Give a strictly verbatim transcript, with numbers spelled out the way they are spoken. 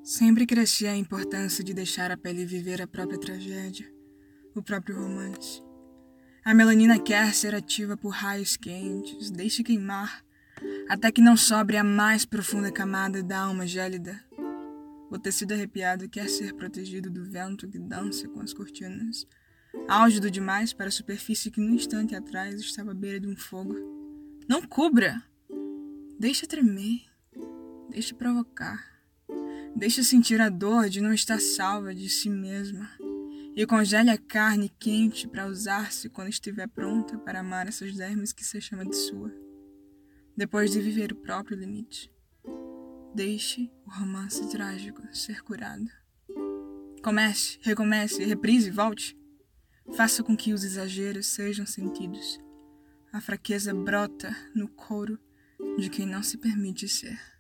Sempre cresci a importância de deixar a pele viver a própria tragédia, o próprio romance. A melanina quer ser ativa por raios quentes, deixe queimar, até que não sobre a mais profunda camada da alma gélida. O tecido arrepiado quer ser protegido do vento que dança com as cortinas, álgido demais para a superfície que num instante atrás estava à beira de um fogo. Não cubra! Deixa tremer, deixa provocar. Deixa sentir a dor de não estar salva de si mesma e congele a carne quente para usar-se quando estiver pronta para amar essas dermes que se chama de sua. Depois de viver o próprio limite, deixe o romance trágico ser curado. Comece, recomece, reprise, volte. Faça com que os exageros sejam sentidos. A fraqueza brota no couro de quem não se permite ser.